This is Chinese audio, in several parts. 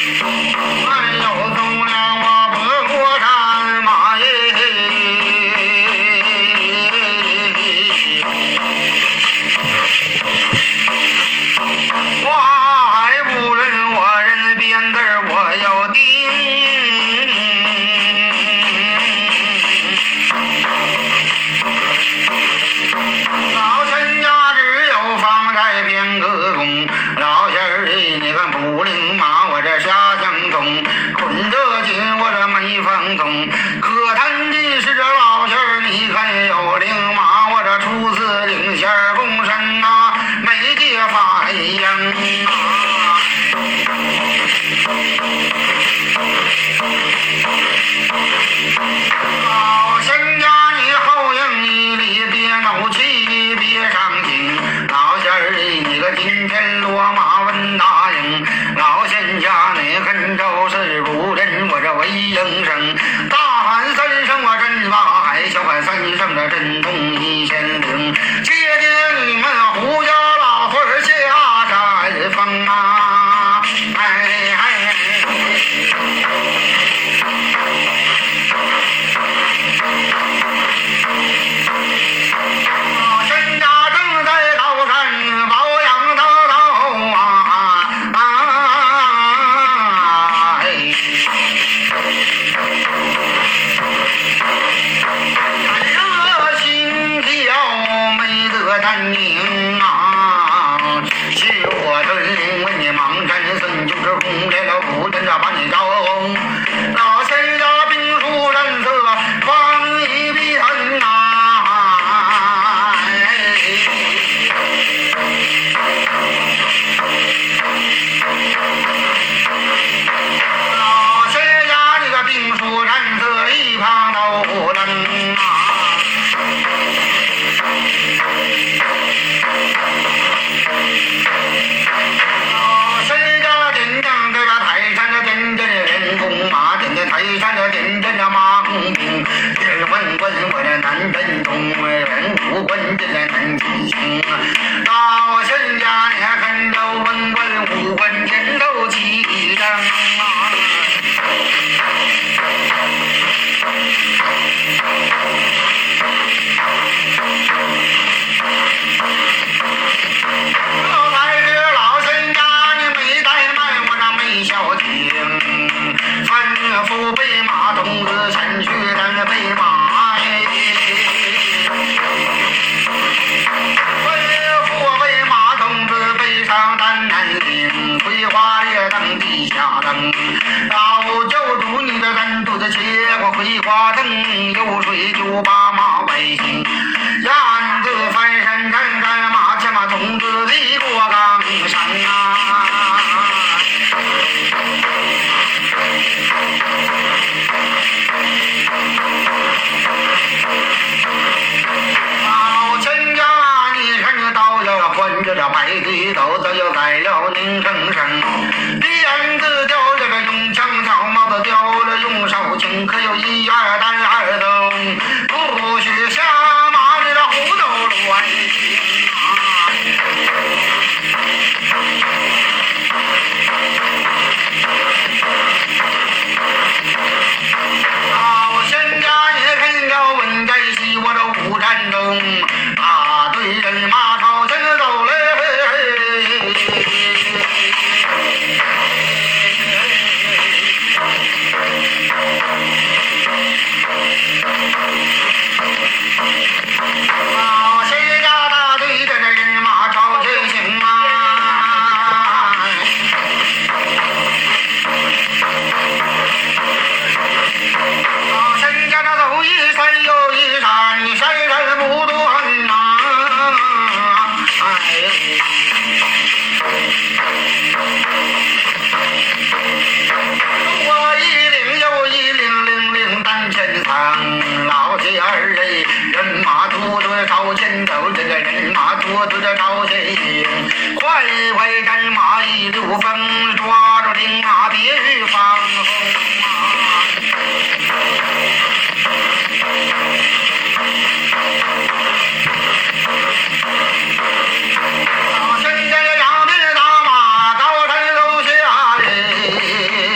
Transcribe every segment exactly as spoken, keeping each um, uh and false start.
俺又走了我不过山马耶，我还不认我人编字我要定。老陈家只有方寨边个工，老仙儿你看不灵马我这下乡中，捆着紧我这没风通，可谈的是这老仙儿你看有灵马我这出自领仙儿公身啊，没界发扬啊。老仙家你后应一里别闹气别伤心，老仙儿你个今天落马问答应，老仙家你恨就是不认我这为应声，大喊三声我真法海，小喊三声这真动一仙灵，接接你们胡家老魂儿下山峰啊，哎哎神家正在高山保养道道啊啊哎，热心跳没得淡定啊，是我这问你忙战孙就是红莲了不真的把你招红，老仙家兵书染色放一遍啊，老仙家这个兵书染色一旁都能啊。谁家点将这个台山的点点人工马，点点台山的点点的马公平，日问问我这南镇中人无关这个南极星，老仙家你看着问问无关点头几张啊。这才是老仙家你没怠慢我那没消停，吩咐备马童子前去咱备马，吩咐备马童子背上担南岭，葵花叶灯地下灯，老教主你这人肚子切过葵花灯，有水就把马外行，燕子翻身站站马前马童子立过岗山啊。老千家你看这刀要关着这白腿斗，早就改了宁生生，辫子掉这个用枪挑，帽子掉了用手轻，可有一二单二灯，不许下马这个胡斗乱行啊。老仙家也看着文在西我这五战中，大队人马朝前走嘞，老仙家大队这人马朝前行啊。老仙家那走一山又一山，山山不断呐，哎。我一领又一领，领领单前仓，老姐儿哎，人马突突朝前走，这个人马突突的朝前行，快快战马一溜风，抓住领马别放风啊。老仙家两边打马，高山楼下嘞。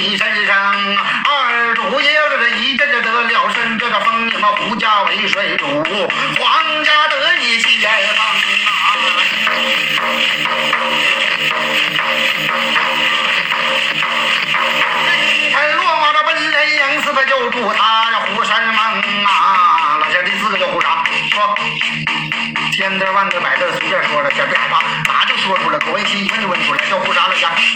一身上，二主爷这一阵阵得了身，这个封你们胡家为水主，皇家得意气也方啊！天罗马的本人杨四的就住他呀虎山盟啊，老乡第四个叫胡啥？说千字万字百字随便说了，先别害怕，哪就说出来，国文题一问就问出来，叫胡啥了呀？